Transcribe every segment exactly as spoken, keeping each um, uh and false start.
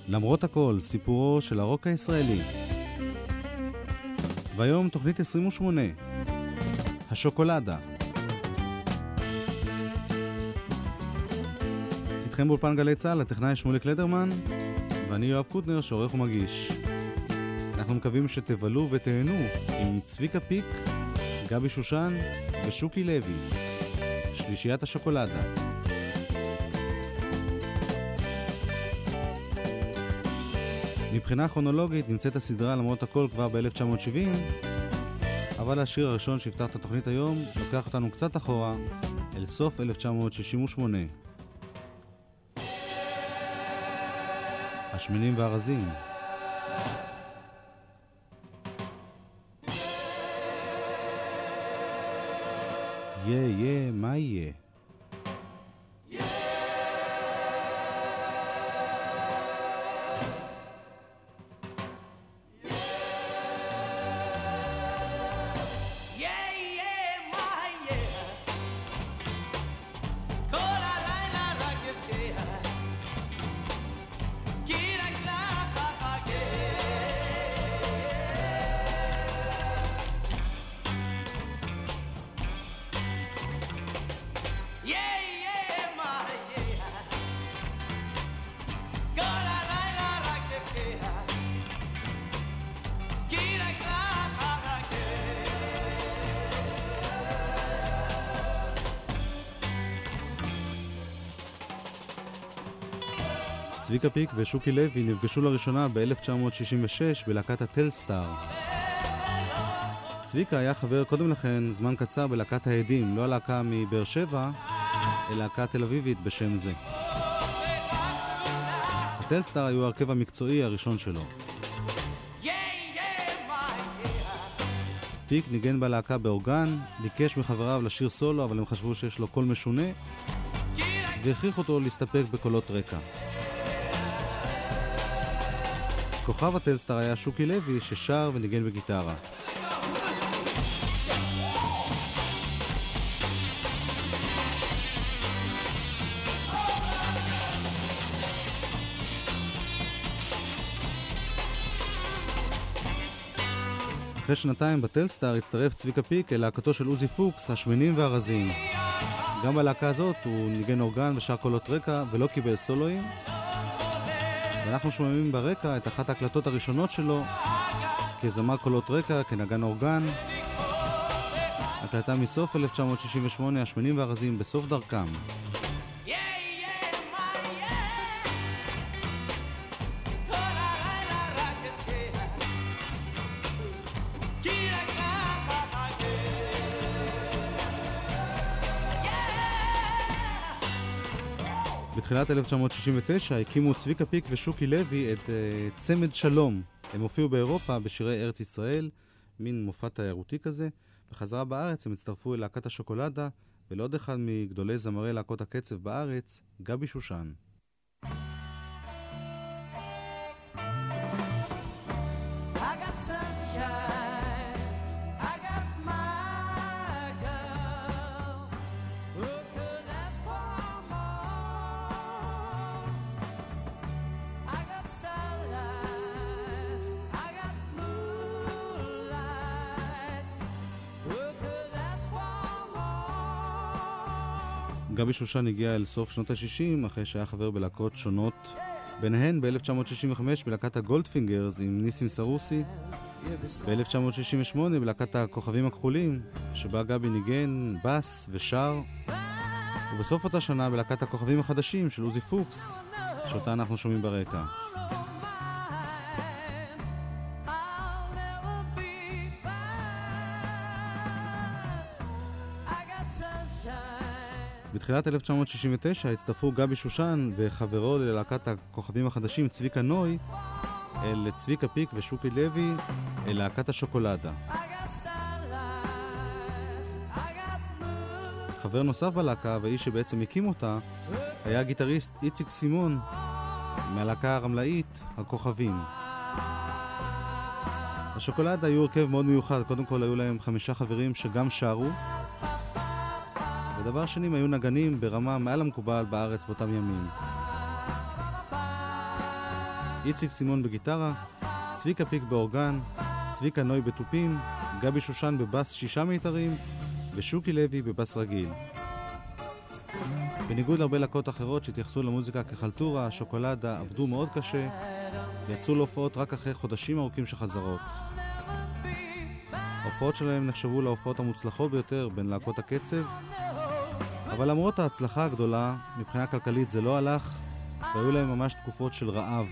למרות הכל, סיפורו של הרוק הישראלי. והיום תוכנית עשרים ושמונה, השוקולדה. איתכם באולפן גלי צהל, הטכנאי שמוליק לדרמן, ואני יואב קוטנר שעורך ומגיש. אנחנו מקווים שתבלו ותהנו עם צביקה פיק, גבי שושן ושוקי לוי, שלישיית השוקולדה. מבחינה כרונולוגית נמצאת הסדרה למרות הכל כבר ב-אלף תשע מאות שבעים, אבל השיר הראשון שיפתח את התוכנית היום לוקח אותנו קצת אחורה אל סוף אלף תשע מאות שישים ושמונה. השמנים והרזים. יה יה מה יהיה? צביקה פיק ושוקי לוי נפגשו לראשונה ב-אלף תשע מאות שישים ושש בלהקת הטלסטאר. צביקה היה חבר קודם לכן זמן קצר בלהקת העדים, לא הלהקה מבאר שבע, אלא להקה תל אביבית בשם זה. הטלסטאר היו הרכב המקצועי הראשון שלו. פיק ניגן בלהקה באורגן, ביקש מחבריו לשיר סולו, אבל הם חשבו שיש לו קול משונה, והכריח אותו להסתפק בקולות רקע. כוכב הטלסטאר היה שוקי לוי ששר וניגן בגיטרה. אחרי שנתיים בטלסטאר הצטרף צביקה פיק אל להקתו של עוזי פוקס, השמנים והרזים. גם בלהקה הזאת הוא ניגן אורגן ושר קולות רקע ולא קיבל סולואים. ואנחנו שומעים ברקע את אחת ההקלטות הראשונות שלו כזמר קולות רקע, כנגן אורגן. הקלטה מסוף אלף תשע מאות שישים ושמונה, השמנים והרזים בסוף דרכם. בתחילת אלף תשע מאות שישים ותשע הקימו צביקה פיק ושוקי לוי את uh, צמד שלום. הם הופיעו באירופה בשירי ארץ ישראל, מין מופע תיירותי כזה. בחזרה בארץ הם הצטרפו אל להקת השוקולדה ולעוד אחד מגדולי זמרי להקות הקצב בארץ, גבי שושן. גבי שושן הגיע אל סוף שנות ה-שישים אחרי שהיה חבר בלהקות שונות, ביניהן ב-אלף תשע מאות שישים וחמש בלהקת הגולדפינגרס עם ניסים סרוסי, ב-אלף תשע מאות שישים ושמונה בלהקת הכוכבים הכחולים שבה גבי ניגן בס ושר, ובסוף אותה שנה בלהקת הכוכבים החדשים של עוזי פוקס שאותה אנחנו שומעים ברקע. בתחילת אלף תשע מאות שישים ותשע הצטרפו גבי שושן וחברו ללהקת הכוכבים החדשים צביקה נוי אל צביקה פיק ושוקי לוי אל להקת השוקולדה. חבר נוסף בלהקה והאיש שבעצם הקים אותה היה הגיטריסט איציק סימון מהלהקה הרמלאית הכוכבים. השוקולדה היו הרכב מאוד מיוחד, קודם כל היו להם חמישה חברים שגם שרו, ודבר שני, היו נגנים ברמה מעל המקובל בארץ באותם ימים. איציק סימון בגיטרה, צביקה פיק באורגן, צביקה נוי בטופים, גבי שושן בבס שישה מיתרים ושוקי לוי בבס רגיל. בניגוד להרבה להקות אחרות שהתייחסו למוזיקה כחלטורה, השוקולדה עבדו מאוד קשה ויצאו להופעות רק אחרי חודשים ארוכים של חזרות. ההופעות שלהם נחשבו להופעות המוצלחות ביותר בין להקות הקצב, אבל למרות ההצלחה הגדולה, מבחינה כלכלית זה לא הלך, והיו להם ממש תקופות של רעב.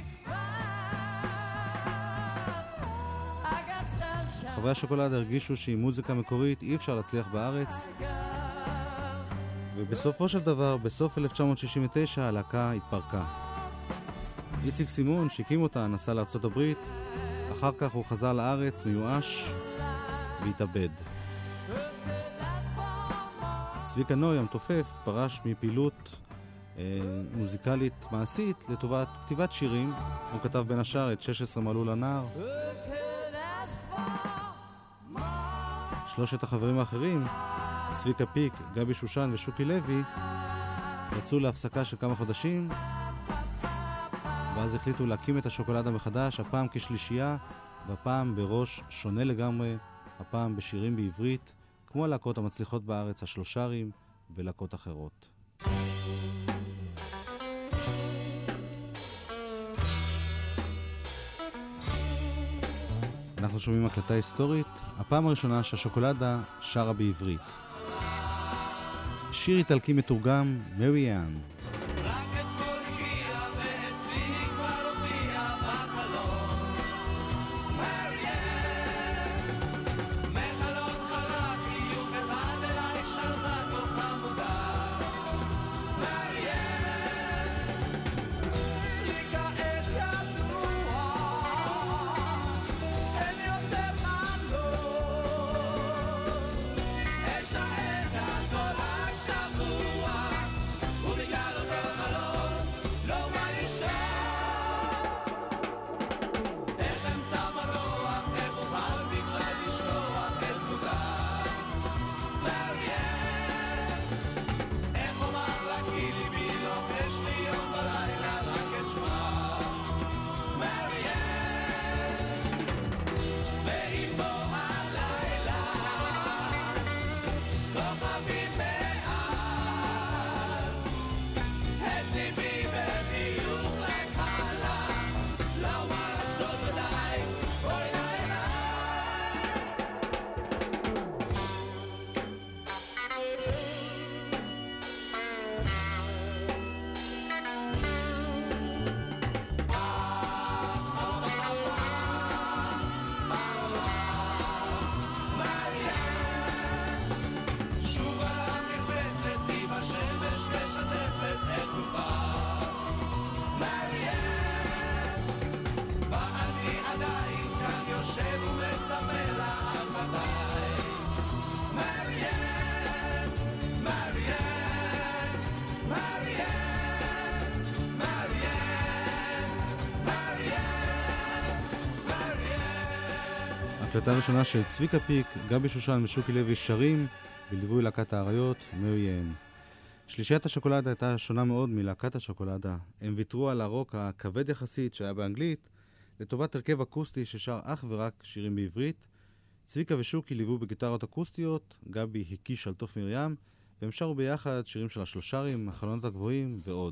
חברי השוקולד הרגישו שעם מוזיקה מקורית אי אפשר להצליח בארץ, ובסופו של דבר, בסוף אלף תשע מאות שישים ותשע, הלהקה התפרקה. איציק סימון, שהקים אותה, נסע לארצות הברית, אחר כך הוא חזר לארץ מיואש והתאבד. צביקה נוי, המתופף, פרש מפעילות אה, מוזיקלית מעשית לטובת כתיבת שירים. הוא כתב בין השאר את שש עשרה מעלו לנער. שלושת החברים האחרים, צביקה פיק, גבי שושן ושוקי לוי, יצאו להפסקה של כמה חודשים, ואז החליטו להקים את השוקולדה מחדש, הפעם כשלישייה, והפעם בראש שונה לגמרי, הפעם בשירים בעברית, כמו הלהקות המצליחות בארץ, השלושרים ולהקות אחרות. אנחנו שומעים הקלטה היסטורית, הפעם הראשונה שהשוקולדה שרה בעברית. שיר איטלקי מתורגם, מרי אן. הקלטה הראשונה של צביקה פיק, גבי שושן ושוקי לוי שרים בליווי להקת האריות, מרי אן. שלישיית השוקולדה הייתה שונה מאוד מלהקת השוקולדה. הם ויתרו על הרוק הכבד יחסית שהיה באנגלית לטובת הרכב אקוסטי ששר אך ורק שירים בעברית. צביקה ושוקי ליוו בגיטרות אקוסטיות, גבי הקיש על תוף מרים, והם שרו ביחד שירים של השלושרים, החלונות הגבוהים ועוד.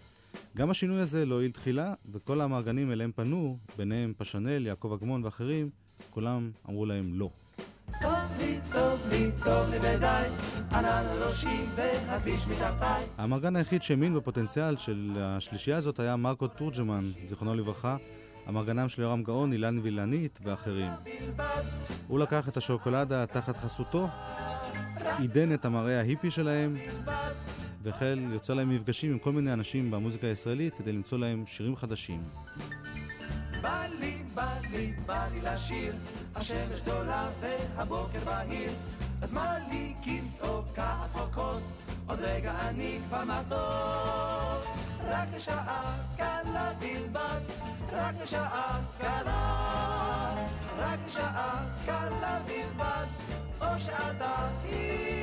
גם השינוי הזה לא הועיל תחילה, וכל המארגנים אליהם פנו, ביניהם פשנל, יעקב אגמון ואחרים, כולם אמרו להם לא. טוב לי, טוב לי, טוב לי ודי, ענן ראשי והכביש מתחתיי. המארגן היחיד שהאמין בפוטנציאל של השלישייה הזאת היה מרקו תורג'מן, זיכרונו לברכה, המארגנם של יורם גאון, אילן וילנית ואחרים. הוא לקח את השוקולדה תחת חסותו, עידן את המראה ההיפי שלהם, והחל יוצא להם מפגשים עם כל מיני אנשים במוזיקה הישראלית כדי למצוא להם שירים חדשים. בא לי, בא לי, בא לי לשיר, השמש גדולה והבוקר בהיר, אז מה לי כיס או כעס או כוס, עוד רגע אני כבר מטוס, רק לשעה קלה בלבד, רק לשעה קלה, רק לשעה קלה בלבד, או שעתה היא.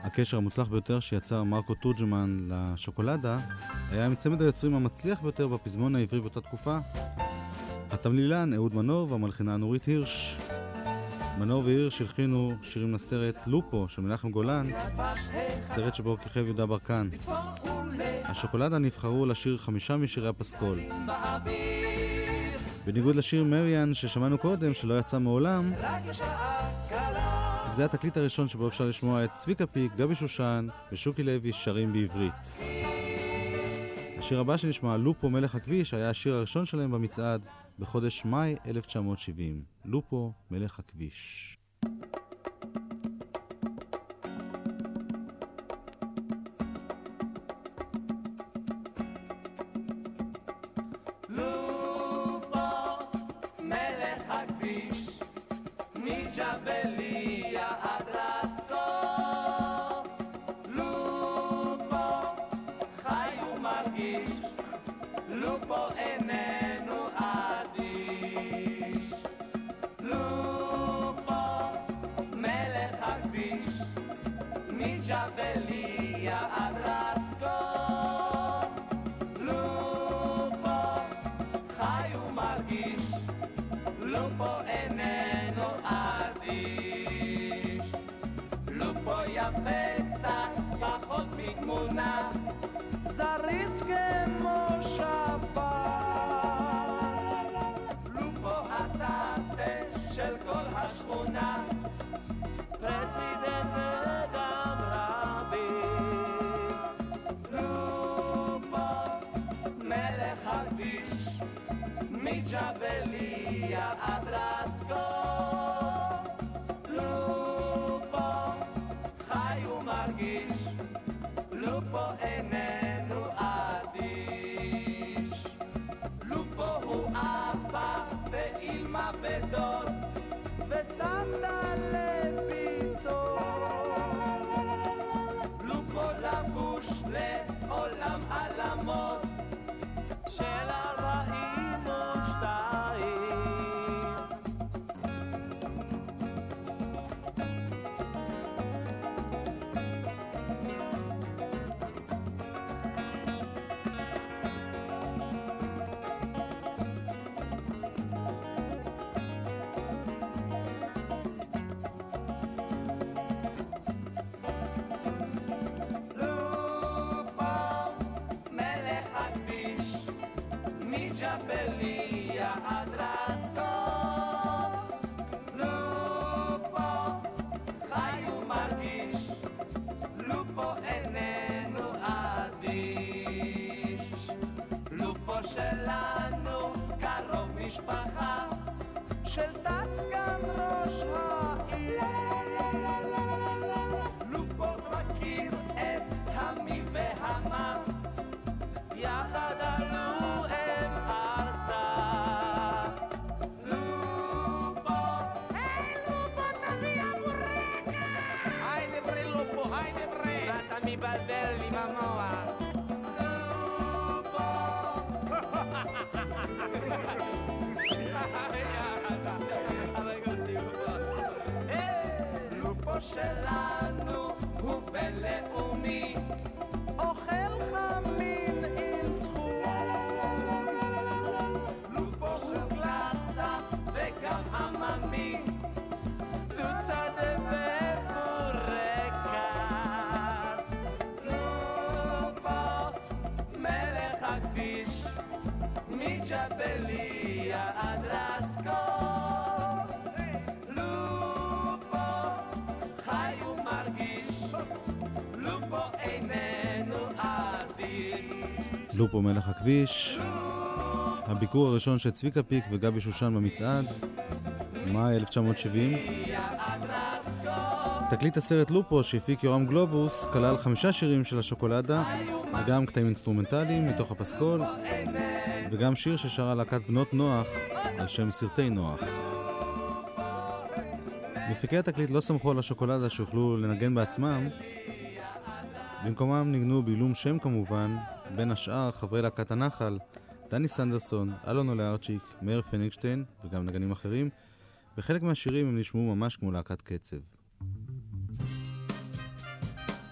הקשר המוצלח ביותר שיצר מרקו טורג'מן לשוקולדה היה עם צמד היוצרים המצליח ביותר בפזמון העברי באותה תקופה, התמלילן אהוד מנור והמלחינה נורית הירש. מנור והירש הלחינו שירים לסרט לופו של מנחם גולן, סרט שבו כיכב יהודה ברקן. השוקולדה נבחרו לשיר חמישה משירי הפסקול. בניגוד לשיר מריאן ששמענו קודם שלא יצא מעולם, זה התקליט הראשון שבו אפשר לשמוע את צביקה פיק, גבי שושן ושוקי לוי שרים בעברית. השיר הבא שנשמע, לופו מלך הכביש, היה השיר הראשון שלהם במצעד בחודש מאי אלף תשע מאות שבעים. לופו מלך הכביש. שלנו הוא בינלאומי, אוכל חמין עם זכות, לופו של קלאסה וגם עממי, תוצא דבקורקס. לופו מלך הכביש, מג'בליה עד רסקו, לופו מלך הכביש, הביקור הראשון של צביקה פיק וגבי שושן במצעד, מאי אלף תשע מאות שבעים. תקליט הסרט לופו שהפיק יורם גלובוס כלל חמישה שירים של השוקולדה, וגם קטעים אינסטרומנטליים מתוך הפסקול, וגם שיר ששרה להקת בנות נוח על שם סרטי נוח. מפיקי התקליט לא סמכו על השוקולדה שיוכלו לנגן בעצמם, במקומם ניגנו בעילום שם כמובן, בין השאר חברי להקת הנחל, דני סנדרסון, אלון אולארצ'יק, מאיר פניגשטיין וגם נגנים אחרים. בחלק מהשירים הם נשמעו ממש כמו להקת קצב.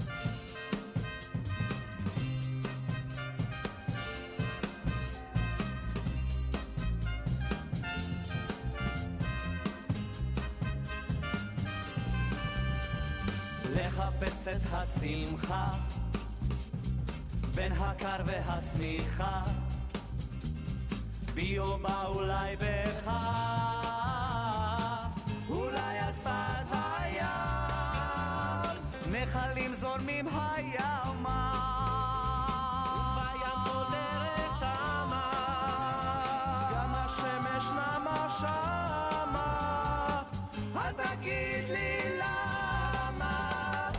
לחפש את השמחה בין הקר והשמיכה בי או בה אולי בך אולי על שפת הים נחלים זורמים הימה ובים בודרת תמה גם השמש נמה שמה אל תגיד לי למה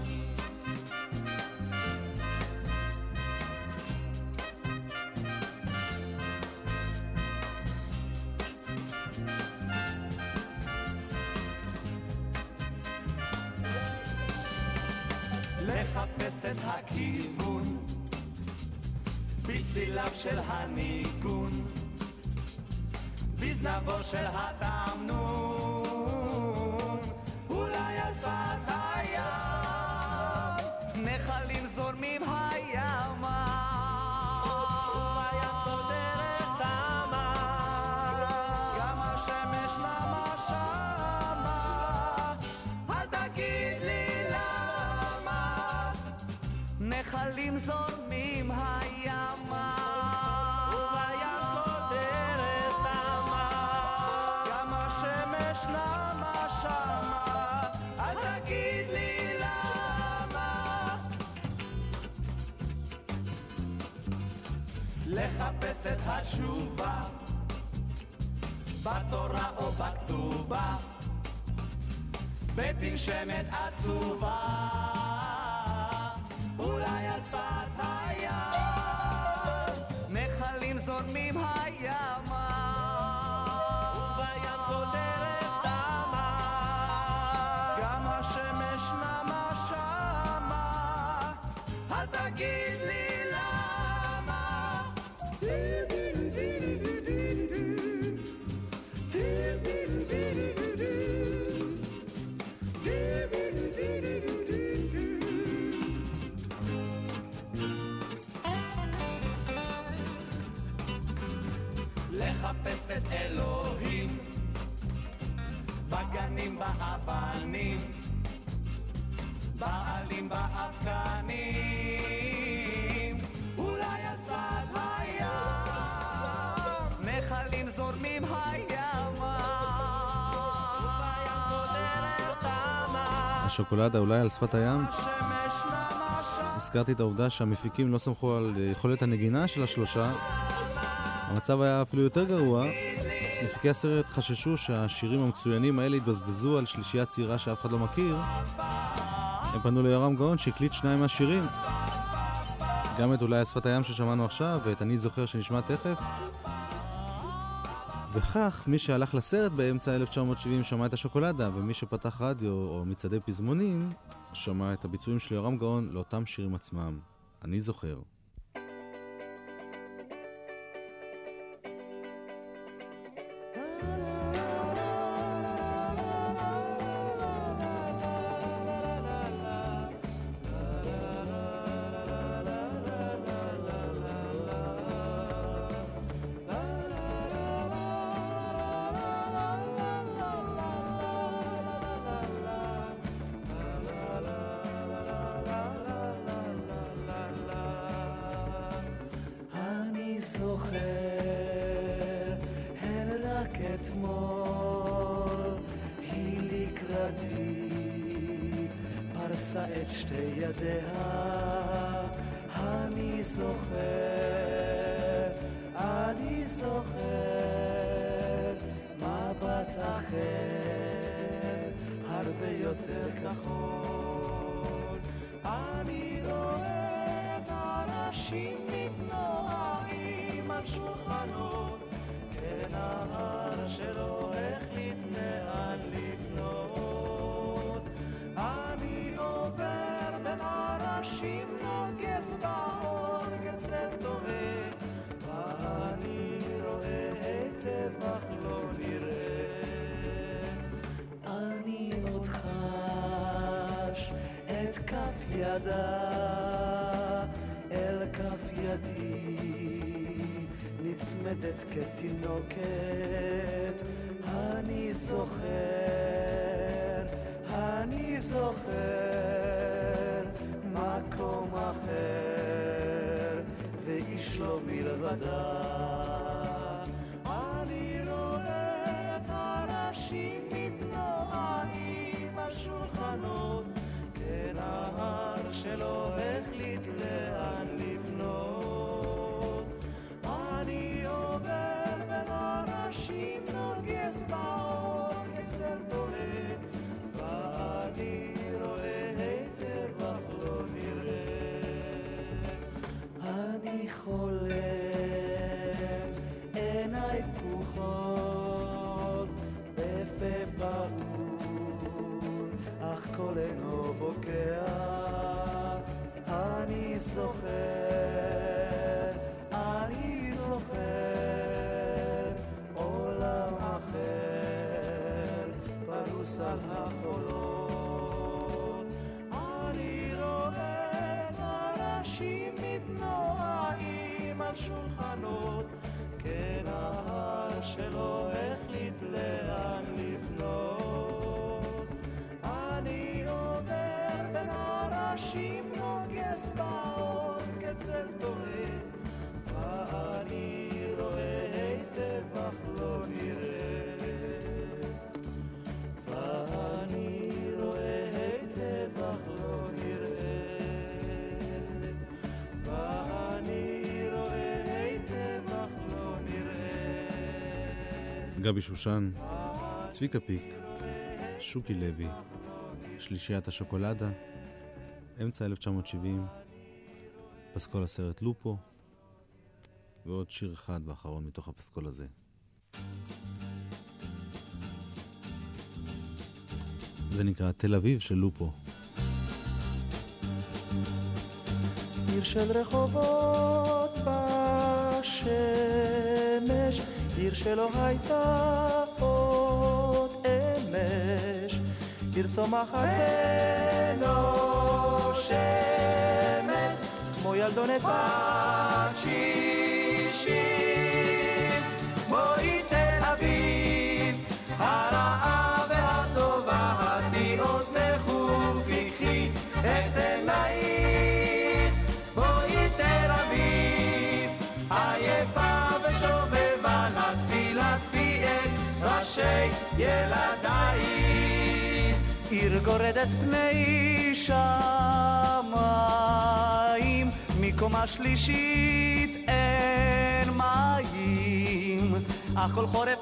לחפש את הכיוון בצליליו של הניגון בזנבו של התמנון אולי על שפת הים נחלים זורמים הימה ובים בודרת תמה גם השמש נמה שמה אל תגיד לי למה נחלים זורמים הימה ובים בודרת תמה גם השמש נמה שמה אל תגיד לי למה לחפש את התשובה בתורה או בכתובה בתנשמת עצובה אולי על שפת הים נחלים זורמים הימה ובים בודרת תמה גם השמש נמה שמה אל תגיד לי למה לחפש את אלוהים בגנים באבנים בעלים באבקנים אולי על שפת הים נחלים זורמים הימה ובים בודרת תמה השוקולדה אולי על שפת הים. הזכרתי את העובדה שהמפיקים לא סמכו על יכולת הנגינה של השלושה. המצב היה אפילו יותר גרוע. מפיקי הסרט חששו שהשירים המצוינים האלה התבזבזו על שלישייה צעירה שאף אחד לא מכיר. הם פנו ליורם גאון שהקליט שניים מהשירים, גם את אולי על שפת הים ששמענו עכשיו ואת אני זוכר שנשמע תכף, וכך מי שהלך לסרט באמצע אלף תשע מאות שבעים שמע את השוקולדה, ומי שפתח רדיו או מצעדי פזמונים שמע את הביצועים של יורם גאון לאותם שירים עצמם. אני זוכר. את שתי ידיה אני זוכר אני זוכר מבט אחר הרבה יותר כחול אני רואה את האנשים מתנועים על שולחנות כנהר שלא החליט לאן לפנות אני עובר בין אנשים נוגס באור כצל טועה ואני רואה היטב אך לא נראה אני עוד חש את כף ידה אל כף ידי נצמדת כתינוקת אני זוכר אני זוכר לבדה. אני רואה את הראשים מתנועים על שולחנות כנהר שלא החליט לאן לבנות. אני עובר בין הראשים נוגס באור אצל טועה, ואני רואה היטב אך לא נראה. אני חולם, עיניי פקוחות, בפה ברור, אך קול אינו בוקע. אני זוכר, אני זוכר עולם אחר פרוס על החולות. אני רואה את הראשים מתנועים על שולחנות כנהר שלא החליט לאן לבנות. אני עובר בין הראשים נוגס באור כצל טועה, ואני רואה היטב אך לא נראה. ואני רואה היטב אך לא נראה. ואני רואה היטב אך לא נראה. גבי שושן, צביקה פיק, שוקי לוי, שלישיית השוקולדה, אמצע אלף תשע מאות שבעים, פסקול הסרט לופו, ועוד שיר אחד ואחרון מתוך הפסקול הזה. זה נקרא תל אביב של לופו. עיר של רחובות בשמש, עיר שלא הייתה עוד אמש, עיר צומחת ונושמת כמו ילדונת בת שישים. בואי תל אביב הרעה והטובה, הטי אוזנך ופיקחי את עינייך. בואי תל אביב עייפה ושובבה, נטפי לטפי את ראשי ילדייך. עיר גורדת פני שמיים, מקומה שלישית אין מים, אך כל חורף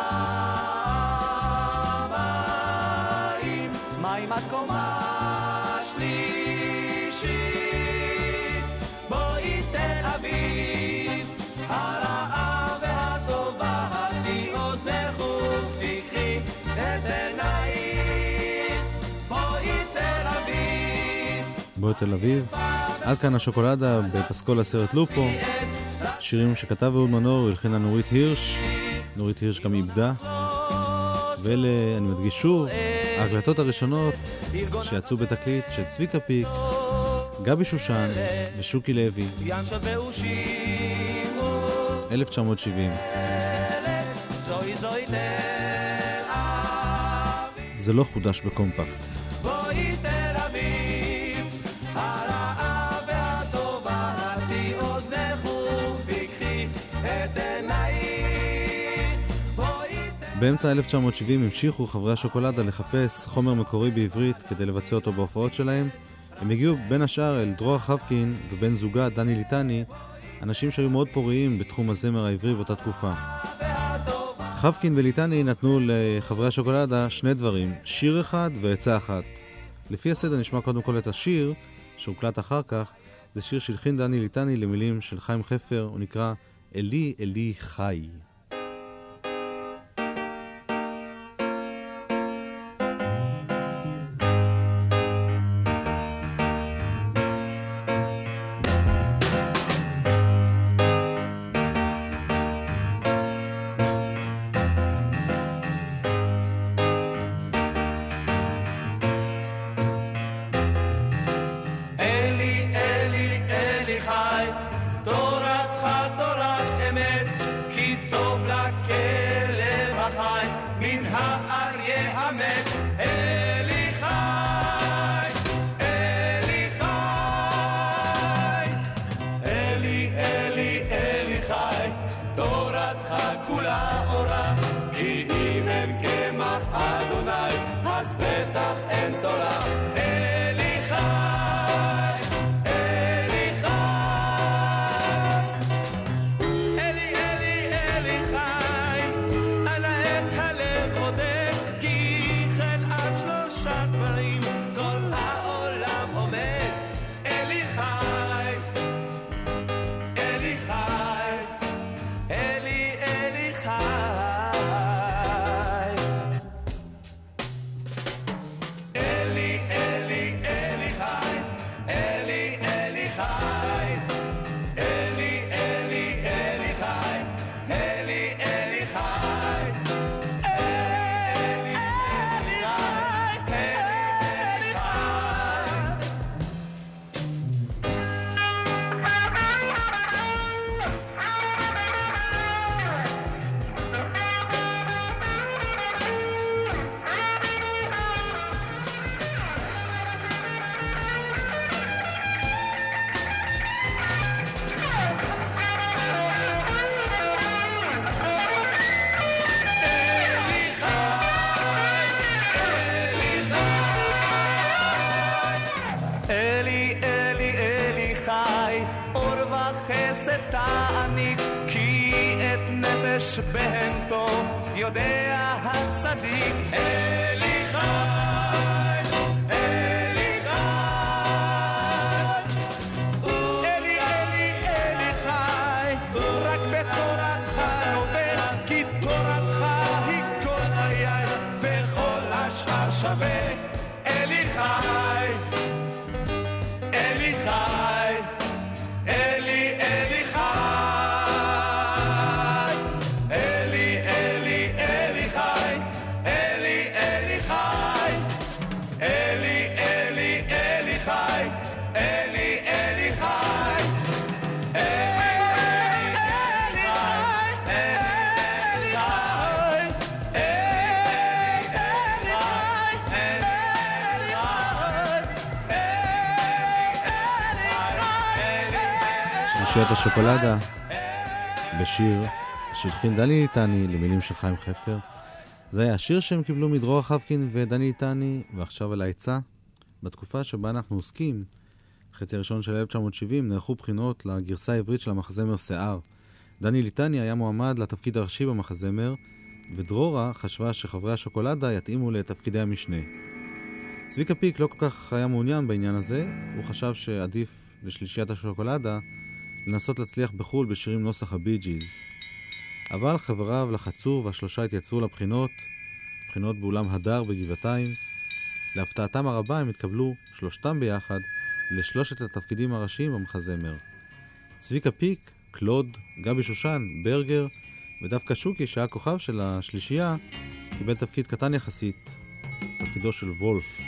מים, מים עד קומה שלישית. בואי תל אביב הרעה והטובה, הטי אוזנך ופיקחי את עינייך. בואי תל אביב. בואי תל אביב. עד כאן השוקולדה בפסקול הסרט לופו, שירים שכתב אהוד מנור, הלחינה נורית הירש. נורית הירש גם איבדה, ואלה, אני מדגיש שוב, ההקלטות הראשונות שיצאו בתקליט של צביקה פיק, גבי שושן ושוקי לוי, אלף תשע מאות שבעים. זה לא חודש בקומפקט. באמצע אלף תשע מאות שבעים המשיכו חברי השוקולדה לחפש חומר מקורי בעברית כדי לבצע אותו בהופעות שלהם. הם הגיעו בין השאר אל דרור חבקין ובן זוגה דני ליטני, אנשים שהיו מאוד פוריים בתחום הזמר העברי באותה תקופה. חבקין וליטני נתנו לחברי השוקולדה שני דברים, שיר אחד ועצה אחת. לפי הסדר נשמע קודם כל את השיר שהוקלט אחר כך. זה שיר שהלחין דני ליטני למילים של חיים חפר, הוא נקרא אלי אלי חי. תורתך תורת אמת, כי תורתך שומעים, כל העולם עומד. אלי חי, אלי חי, אלי אלי חי, אלי אלי אלי חי, אלי אלי חי, אלי אלי אלי חי, אלי אלי חי, אלי אלי חי, אלי אלי אלי אלי חי, אור וחסד תעניק, כי את נפש בהמתו יודע הצדיק. אלי חי, אלי חי, אלי אלי אלי חי, רק בתורתך נובע, כי תורתך היא כל חיי, וכל השאר שווה. אלי חי, אלי חי, אלי אלי חי, אלי אלי אלי חי, אלי אלי חי, אלי אלי אלי חי, אלי אלי חי, שלישיית השוקולדה בשיר שהלחין דני ליטני למילים של חיים חפר. זה היה השיר שהם קיבלו מדרור חבקין ודני ליטני. ועכשיו על העצה. בתקופה שבה אנחנו עוסקים, חצי הראשון של אלף תשע מאות שבעים, נערכו בחינות לגרסה העברית של המחזמר שיער. דני ליטני היה מועמד לתפקיד הראשי במחזמר, ודרורה חשבה שחברי השוקולדה יתאימו לתפקידי המשנה. צביקה פיק לא כל כך היה מעוניין בעניין הזה. הוא חשב שעדיף לשלישיית השוקולדה לנסות להצליח בחול בשירים נוסח הבי ג'יז. אבל חבריו לחצו והשלושה התייצבו לבחינות, בחינות באולם הדר בגבעתיים. להפתעתם הרבה הם התקבלו שלושתם ביחד לשלושת התפקידים הראשיים במחזמר. צביקה פיק, קלוד, גבי שושן, ברגר, ודווקא שוקי שהיה כוכב של השלישייה קיבל תפקיד קטן יחסית, תפקידו של וולף.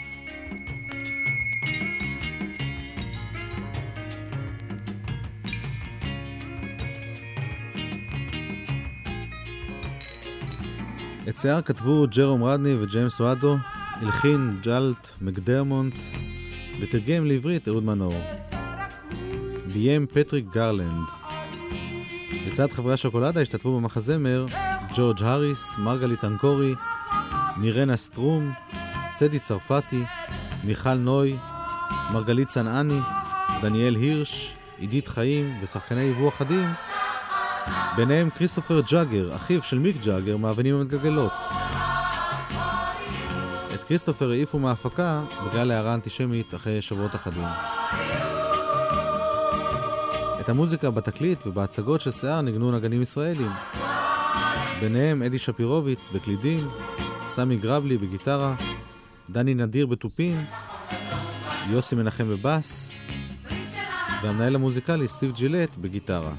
את שיער כתבו ג'רום רדני וג'יימס וואדו, הלחין ג'לט מקדרמונט, ותרגם לעברית אהוד מנור. ביים פטריק גרלנד. לצד חברי השוקולדה השתתפו במחזמר ג'ורג' הריס, מרגלית אנקורי, מירנה סטרום, צדי צרפתי, מיכל נוי, מרגלית צנעני, דניאל הירש, עידית חיים ושחקני יבוא אחדים, ביניהם כריסטופר ג'אגר, אחיו של מיק ג'אגר מאבנים המתגלגלות. את כריסטופר העיפו מההפקה בגלל הערה אנטישמית אחרי שבועות אחדים. את המוזיקה בתקליט ובהצגות של שיער נגנו נגנים ישראלים, ביניהם אדי שפירוביץ בקלידים, סמי גרבלי בגיטרה, דני נדיר בטופים, יוסי מנחם בבאס, והמנהל המוזיקלי סטיב ג'ילט בגיטרה.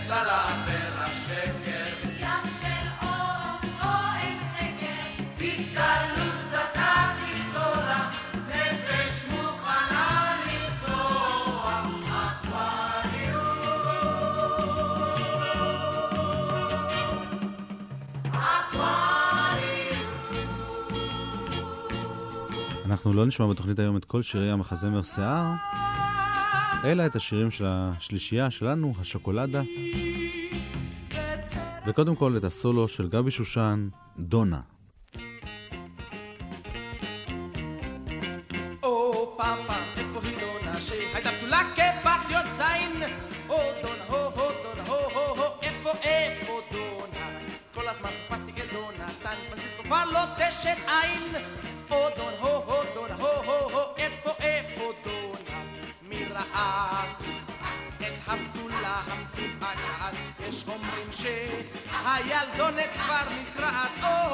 אנחנו לא נשמע בתוכנית היום את כל שירי המחזמר שיער, אלא את השירים של השלישייה שלנו, השוקולדה, וקודם כל את הסולו של גבי שושן, דונה. או פאפה, איפה היא דונה שהייתה כולה כבת יוצאין? או דונה, הו הו דונה, הו הו הו, איפה איפה דונה? כל הזמן חיפשתי את דונה, סן פרנסיסקו כבר לא דשת עין. או דונה, הו הו דונה, הו יש אומרים שהילדונת כבר נקראת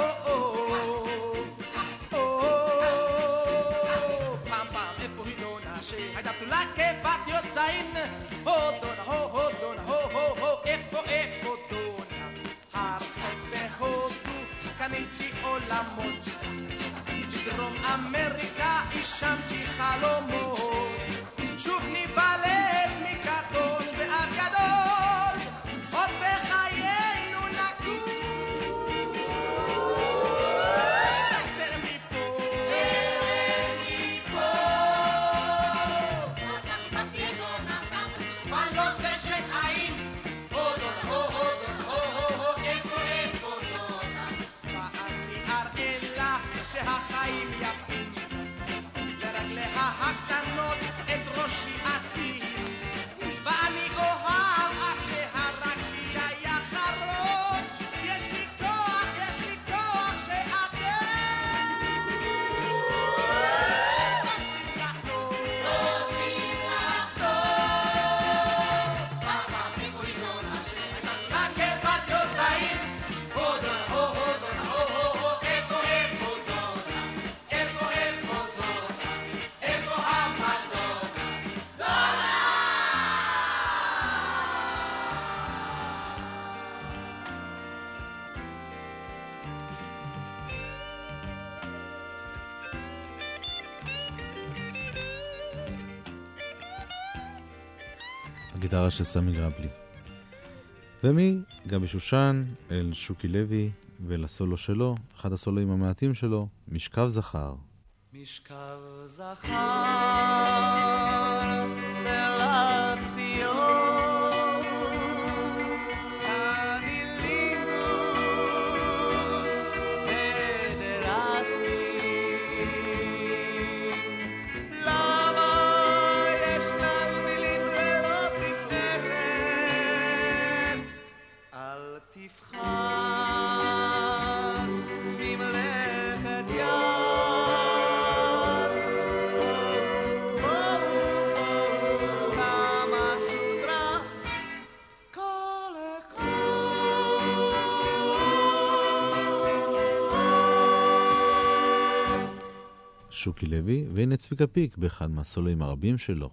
פעם פעם איפה היא דונה שהייתה פתולה כבת יוצאין הודונה הודונה הודונה איפה איפה דונה הרחק בהודו קניתי עולמות בדרום אמריקה אישנתי חלומות שוב ניבלת מקטון ועד גדול עוד בחיינו נקום תרם מפה תרם מפה נעשה חיפשתי לא נעשה פנות בשת עין הודונה הודונה הודונה איפה איפה דונה ואני אראה לה שהחיים יפים לרגליה הקטנות את ראשי אשים ואני אוהב עד שהרקיע יחרות יש לי כוח, יש לי כוח שאתם רוצים לחתור רוצים לחתור ככה איפה היא דונה שהייתה רק כבת יוצאים הודונה הודונה הודונה איפה איפה דונה איפה איפה דונה איפה המדונה דונה הגיטרה של סמי גרבלי. ומי? גבי שושן, אל שוקי לוי, ולסולו שלו, אחד הסולואים המעטים שלו, משכב זכר. משכב זכר ברציון הנילינגוס בדרסתי למה ישנן מילים ללא תפארת אל תפחד ממלאכת יד כמה סודרה כל אחד שוקי לוי, והנה צביקה פיק באחד מהסולואים הרבים שלו.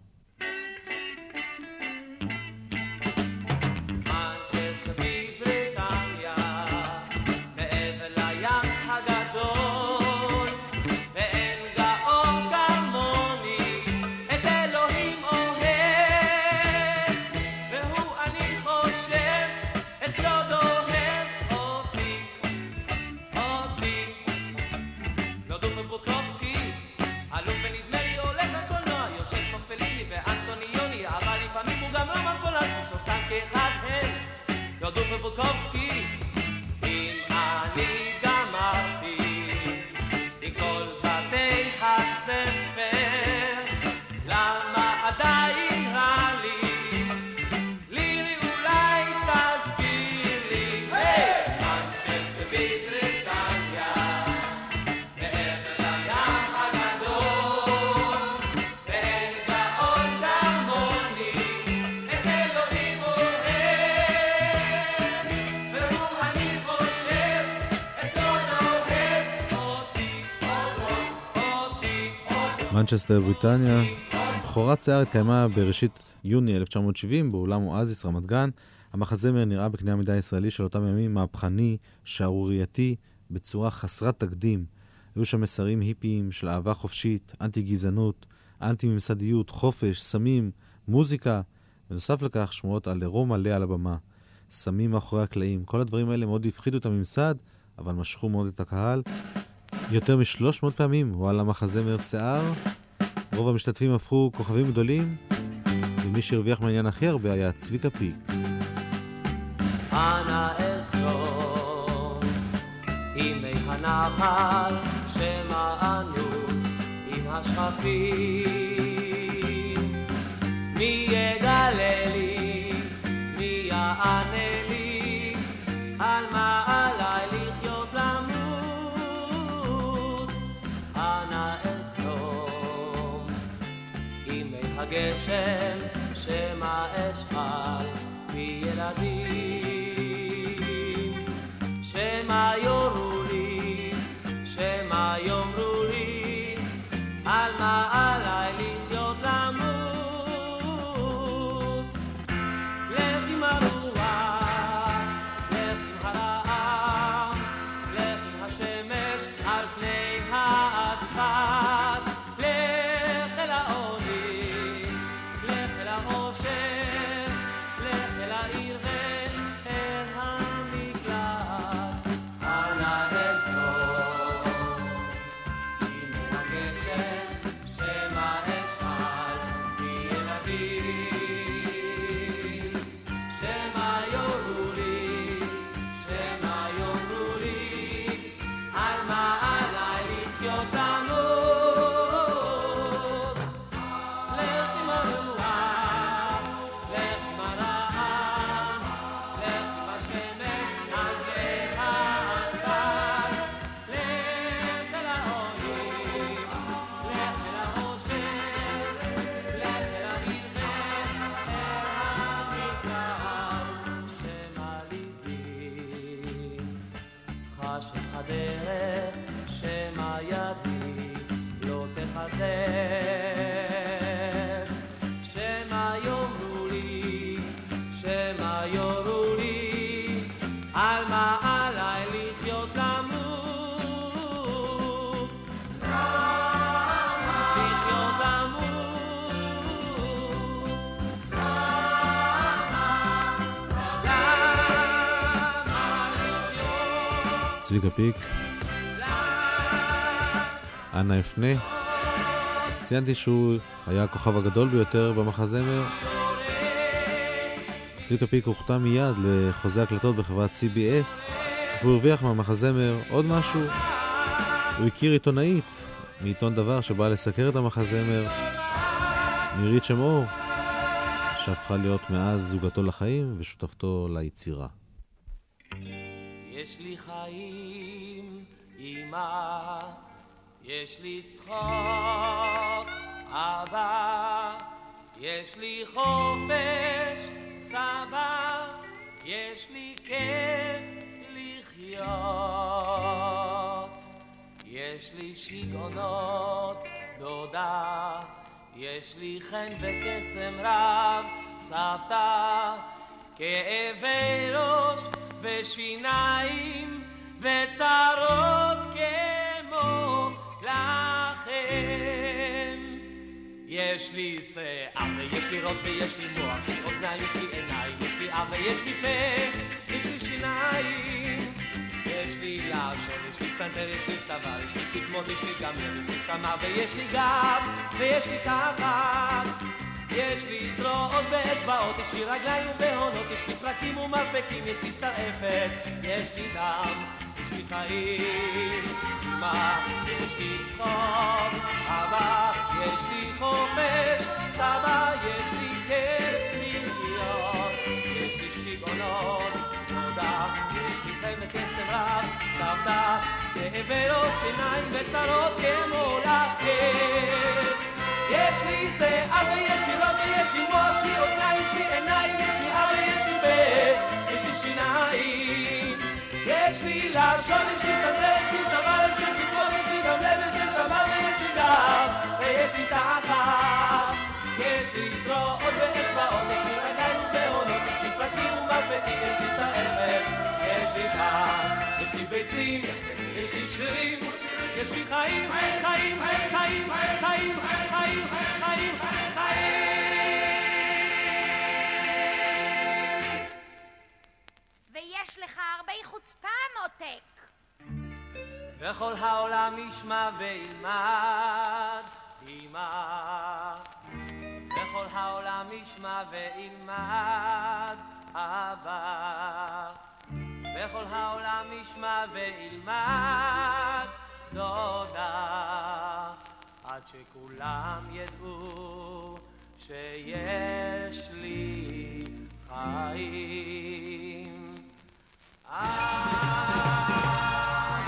מנצ'סטר, בריטניה. בכורת שיער התקיימה בראשית יוני אלף תשע מאות שבעים באולם אואזיס רמת גן. המחזמר נראה בקנה המידה הישראלי של אותם ימים מהפכני, שערורייתי, בצורה חסרת תקדים. היו שם מסרים היפיים של אהבה חופשית, אנטי גזענות, אנטי ממסדיות, חופש, סמים, מוזיקה. בנוסף לכך שמועות על עירום מלא על הבמה, סמים מאחורי הקלעים. כל הדברים האלה מאוד הפחידו את הממסד, אבל משכו מאוד את הקהל. יותר משלוש מאות פעמים הוא על המחזמר שיער. רוב המשתתפים הפכו כוכבים גדולים, ומי שהרוויח מהעניין הכי הרבה היה צביקה פיק. אנא אזור ימי הנחל שמענוס עם השכפים מי יגלה לי, מי יענה לי על מה עליי לחיות למות. אנא אזור ימי הגשם שמא אשאל וילדים שמה יורו לי, שמה יאמרו לי, על מה עליי לחיות למות. לך עם הרוח, לך עם הרעם, לך עם השמש על פני האספלט, לך אל העוני, לך אל העושר, לך אל העיר ואל המקלט. אנא אזכור כי מרגשת שמא אשאל מילדים, שמא יורו לי, שמא יאמרו לי, על מה עליי לחיות למות. לך עם הרוח, לך עם הרעם, לך עם השמש על פני האספלט, לך אל העוני, לך אל העושר, לך אל העיר ואל המקלט. שמא ליבי חשך הדרך, שמא ידי לא תחזר, שמא יאמרו לי, שמא יורו לי, על מה עליי לחיות למות. לחיות למות. למה לחיות? צביקה פיק, אנא אפנה. ציינתי שהוא היה הכוכב הגדול ביותר במחזמר. צביקה פיק הוכתם מיד לחוזה הקלטות בחברת סי בי אס, והוא הרוויח מהמחזמר עוד משהו. הוא הכיר עיתונאית מעיתון דבר שבאה לסקר את המחזמר, מירית שמאור, שהפכה להיות מאז זוגתו לחיים ושותפתו ליצירה. יש לי חיים, אמא, יש לי צחוק, אבא, יש לי חופש, סבא, יש לי כיף לחיות. יש לי שיגעונות, דודה, יש לי חן וקסם רב, סבתא, כאבי ראש ושיניים וצרות כמו לכם. יש לי שיער ויש לי ראש ויש לי מוח, יש לי אוזניים, יש לי עיניים, יש לי אף ויש לי פה, יש לי שיניים, יש לי לשון, יש לי פנטר, יש לי צוואר, יש לי תקמות, יש לי גם לב, יש לי צמא ויש לי גב ויש לי תחת, יש לי זרועות ואצבעות, יש לי רגליים ובהונות, יש לי פרקים ומרפקים, יש לי שרעפת, יש לי דם, יש לי חיים, מה? יש לי צחוק, אבא, יש לי חופש, סבא, יש לי כיף לחיות, יש לי שיגעונות, תודה, יש לי חן וקסם רב, סבתא, כאבי ראש, שיניים וצרות כמו לכם. יש לי שיער ויש לי ראש ויש לי מוח, יש לי אוזניים, יש לי עיניים, יש לי אף ויש לי פה, יש לי שיניים, יש לי לשון, יש לי סנטר, יש לי צוואר, יש לי תקמות, יש לי גם לב, יש לי שמע ויש לי גב ויש לי תחת, יש לי זרועות ואצבעות, יש לי רגליים ובהונות, יש לי פרקים ומרפקים, יש לי שרעפת, יש לי דם, יש לי ביצים, יש לי שרירים, יש לי חיים, חיים, חיים, חיים, חיים, חיים, חיים, חיים. ויש לך הרבה חוצפה, מותק. וכל העולם ישמע וילמד, אמא. וכל העולם ישמע וילמד, אבא. וכל העולם ישמע וילמד, דודה, עד שכולם ידעו שיש לי חיים. אמן,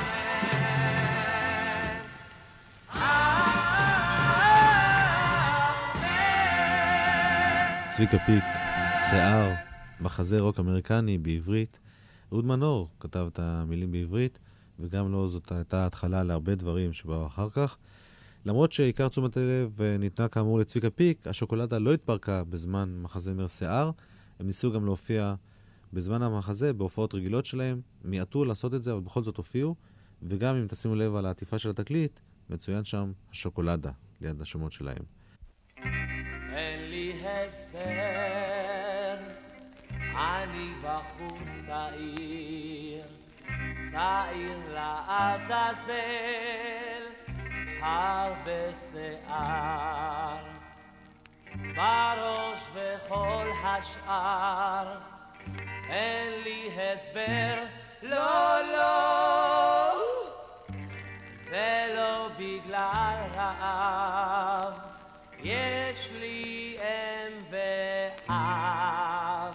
אמן. צביקה פיק, שיער, מחזה רוק אמריקני בעברית. אהוד מנור כתב את המילים בעברית, וגם לו זאת הייתה התחלה להרבה דברים שבאו אחר כך. למרות שעיקר תשומת הלב ניתנה כאמור לצביקה פיק, השוקולדה לא התפרקה בזמן מחזמר שיער. הם ניסו גם להופיע בזמן המחזה בהופעות רגילות שלהם, מיעטו לעשות את זה, אבל בכל זאת הופיעו, וגם אם תשימו לב על העטיפה של התקליט, מצוין שם השוקולדה ליד השמות שלהם. אין לי הסבר, אני בחור שעיר, שעיר לעזאזל, הרבה שיער, בראש וכל השאר, אין לי הסבר, לא, לא, זה לא בגלל רעב, יש לי אם ואב,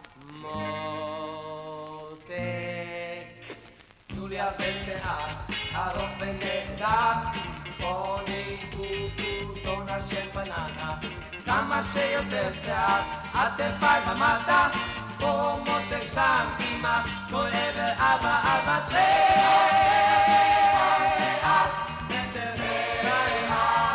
מותק. תנו לי הרבה שיער, ארוך ונהדר, פוני טונה של בננה, כמה שיותר שיער, עטלפיים ומטה, פה מותק שם אמא, פה עבר אבא אבא שיער, שיער, מטר שיער,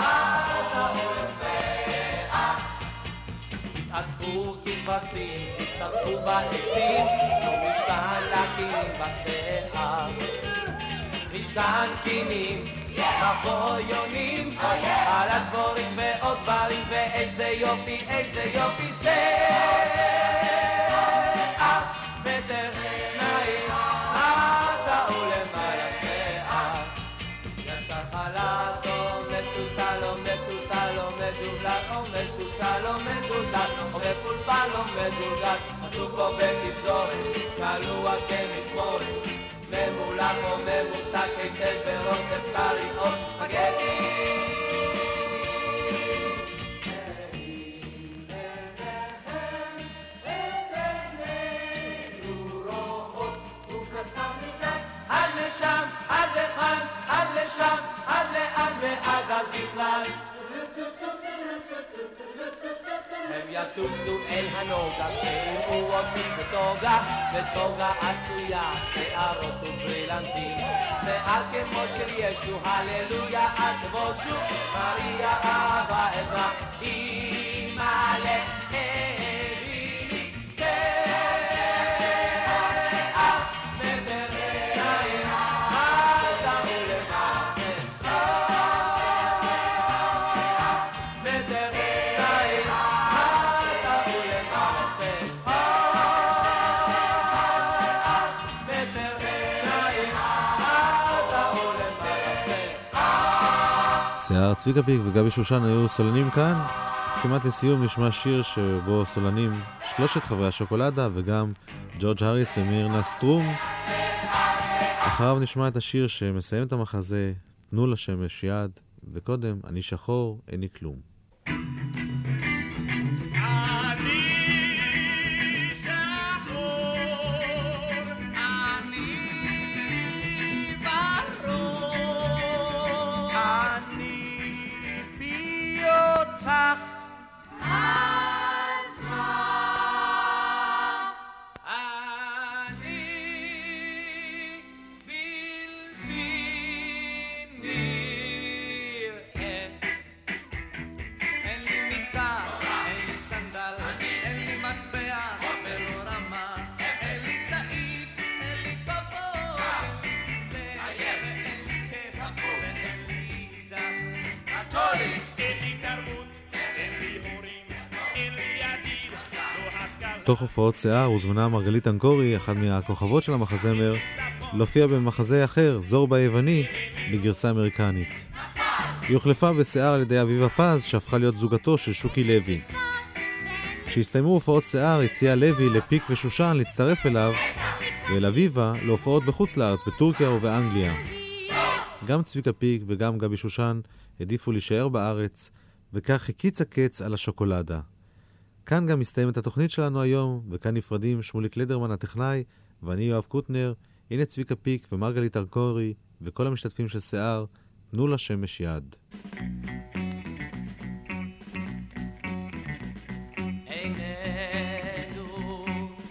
התעטפו כבשים, הסתרפו בעצים, לא משכן להקים בשיער, משכן קינים, מבוא יונים, על הדבורים ועוד ברים, ואיזה יופי, איזה יופי שיער, מטר שניים, אתה ולמעלה שיער, ישר חלט או מסוסל או מטוטל או מדובלת או מסוסל או מדודלת או מפולפל או מדודלת, עשו פה בתפזורת, קלוע כמתמורת, ממולח או ממותק היטב ברוטב קרי או ספגטי. עד לשם, עד לכאן, עד לשם, עד לאן ועד עד בכלל. הם יטוסו אל הנוגה, שיראו אותי בטוגה, בטוגה עשויה, שערות וברילנטים, שיער כמו של ישו, הללויה, אל תבושו, מריה אהבה עברה, אמא לאביני, שיער, מטר שניים, אתה ולמעשה, שיער, מטר שניים, אתה ולמעשה, שיער, מטר שניים, אתה ולמעשה. שיער, צביקה פיק וגבי שושן היו סולנים כאן. כמעט לסיום נשמע שיר שבו סולנים שלושת חברי השוקולדה וגם ג'ורג' הריס ומירנה סטרום. אחריו נשמע את השיר שמסיים את המחזה, תנו לשמש יד, וקודם אני שחור, אין לי כלום. תוך הופעות שיער הוזמנה מרגלית אנקורי, אחת מהכוכבות של המחזמר, להופיע במחזה אחר, זורבה היווני, בגרסה אמריקנית. היא הוחלפה בשיער על ידי אביבה פז, שהפכה להיות זוגתו של שוקי לוי. כשהסתיימו הופעות שיער, הציע לוי לפיק ושושן להצטרף אליו, ואל אביבה להופעות בחוץ לארץ, בטורקיה ובאנגליה. גם צביקה פיק וגם גבי שושן העדיפו להישאר בארץ, וכך הקיץ הקץ על השוקולדה. כאן גם מסתיימת התוכנית שלנו היום, וכאן נפרדים שמוליק לדרמן הטכנאי, ואני יואב קוטנר. הנה צביקה פיק ומרגלית אנקורי וכל המשתתפים של שיער, תנו לשמש יד. איננו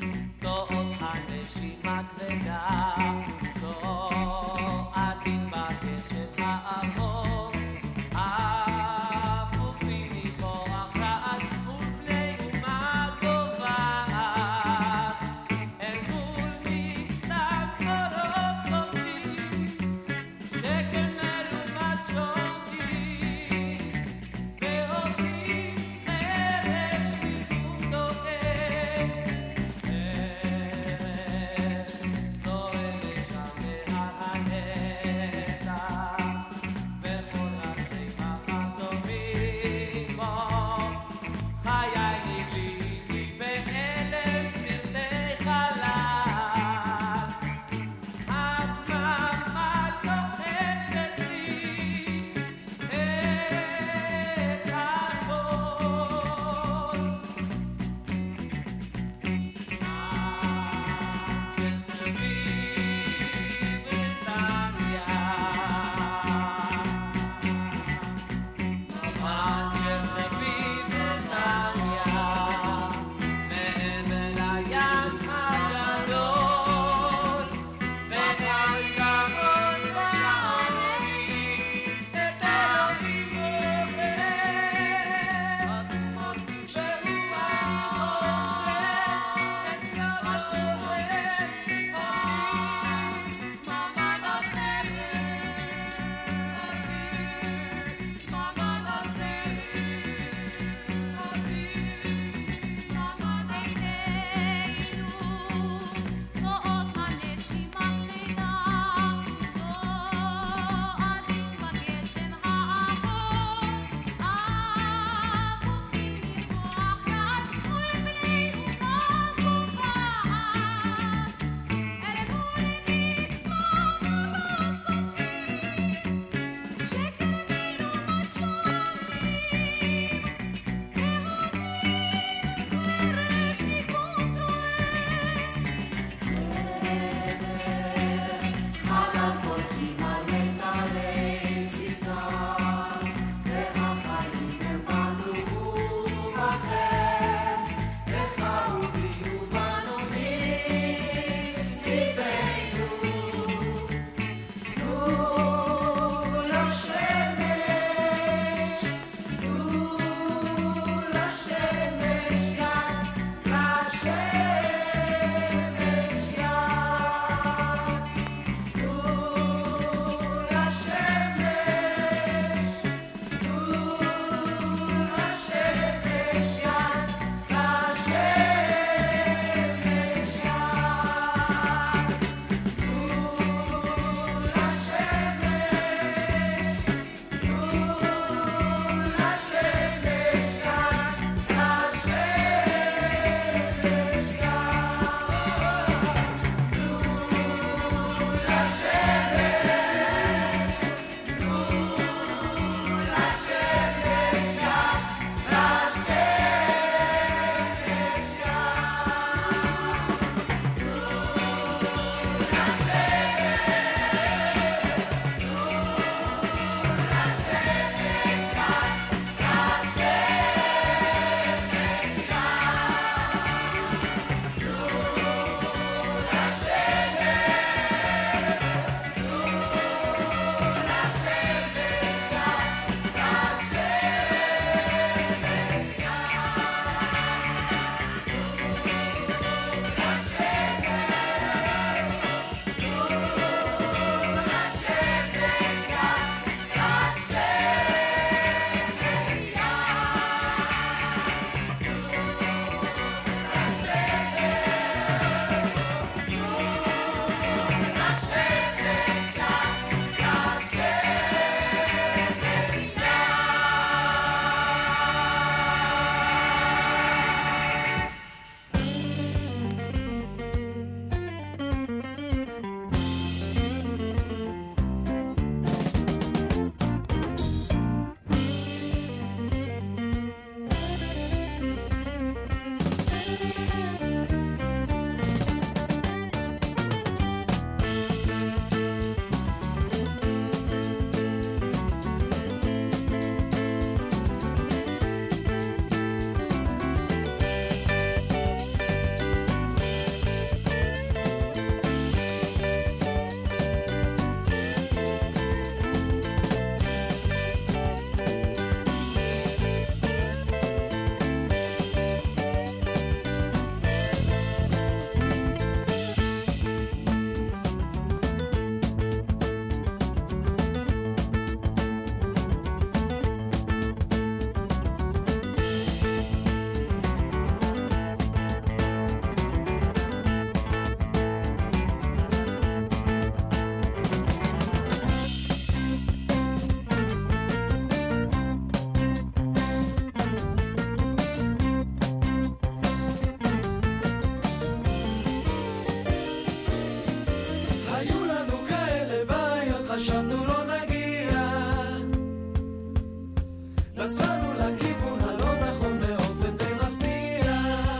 לכיוון הלא נכון באופן די מפתיע.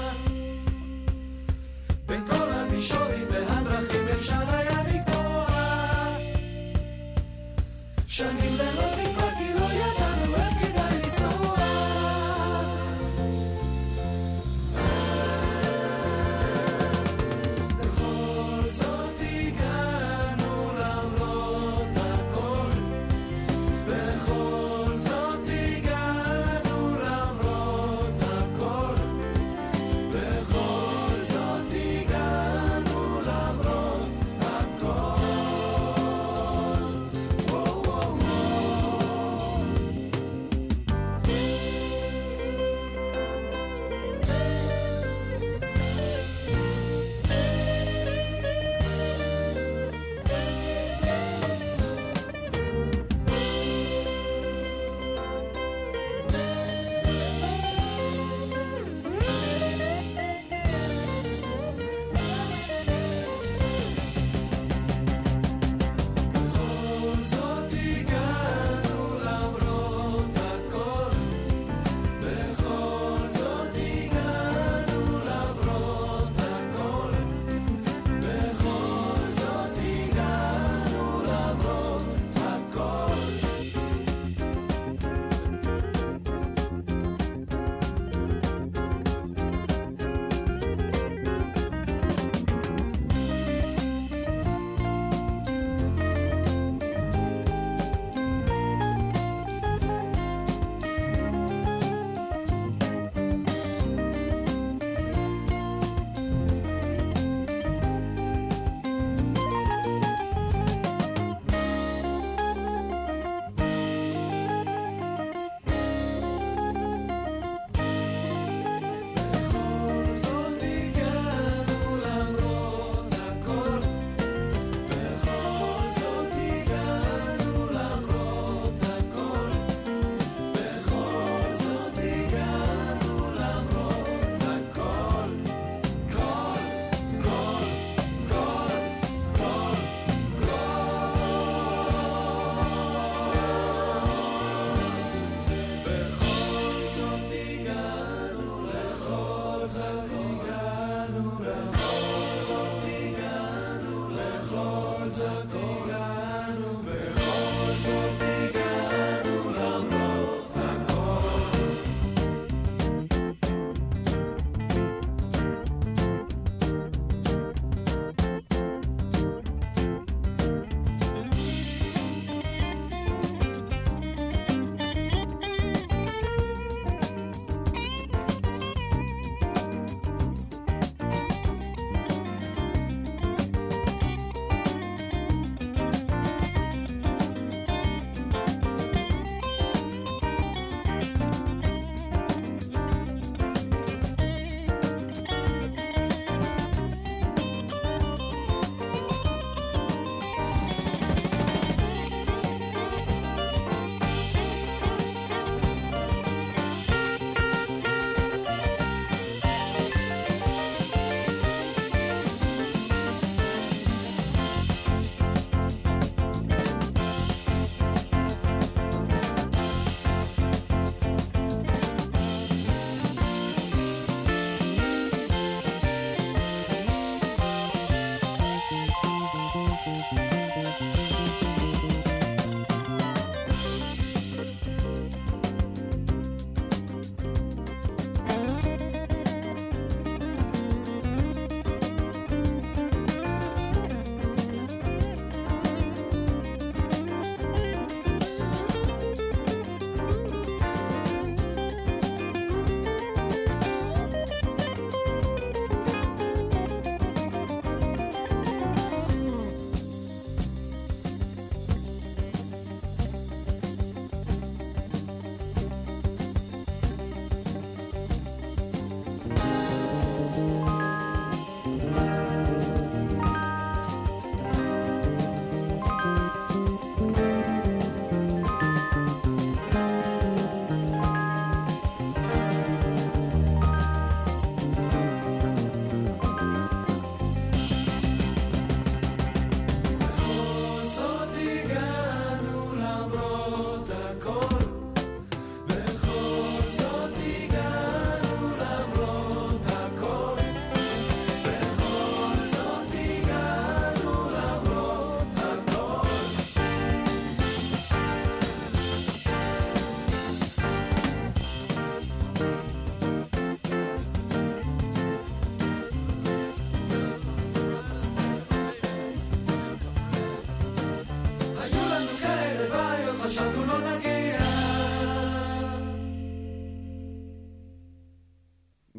בין כל המישורים והדרכים אפשר היה לקבוע שנים ללא תקווה, כי לא ידענו איך כדאי לנסוע. בכל זאת הגענו למרות הכל, בכל זאת הגענו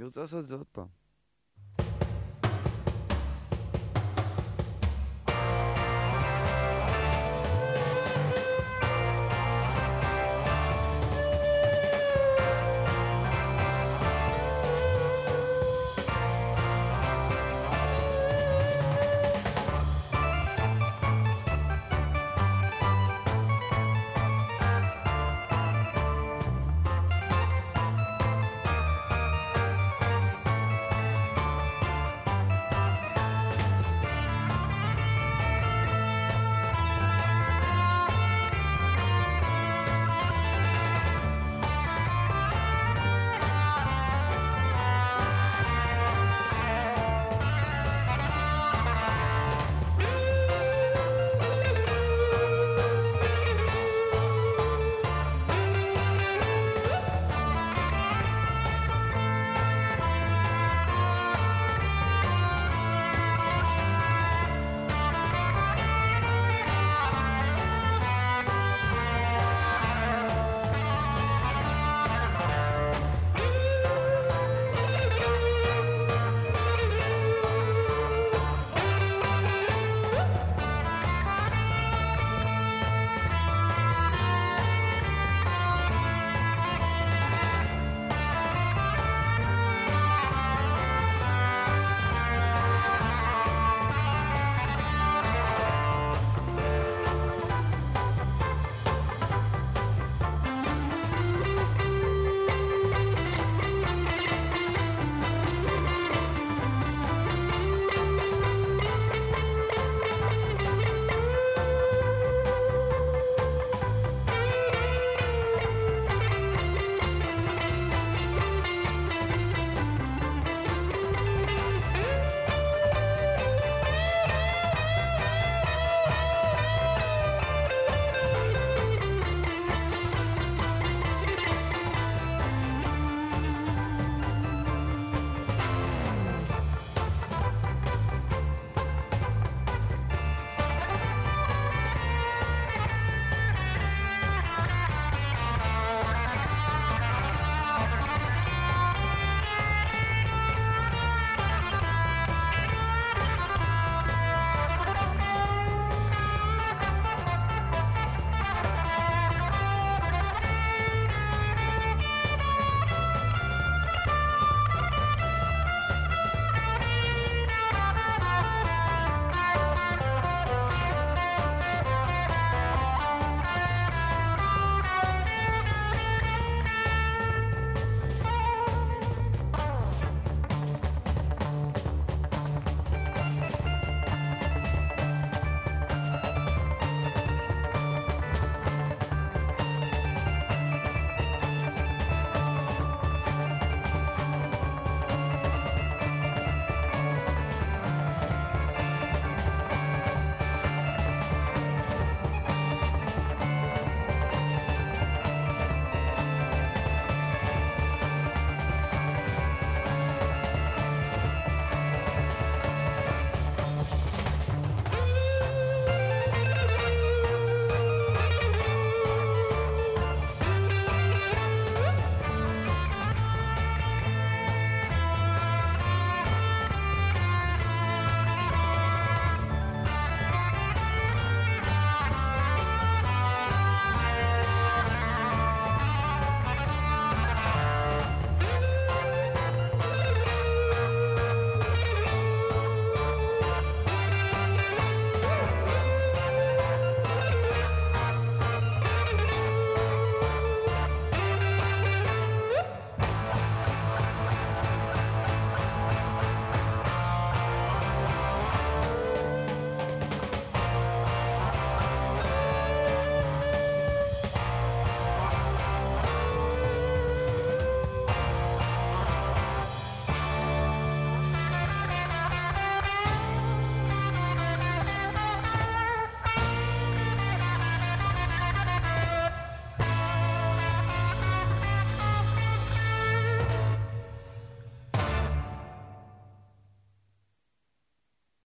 אני רוצה לעשות את זה עוד פעם.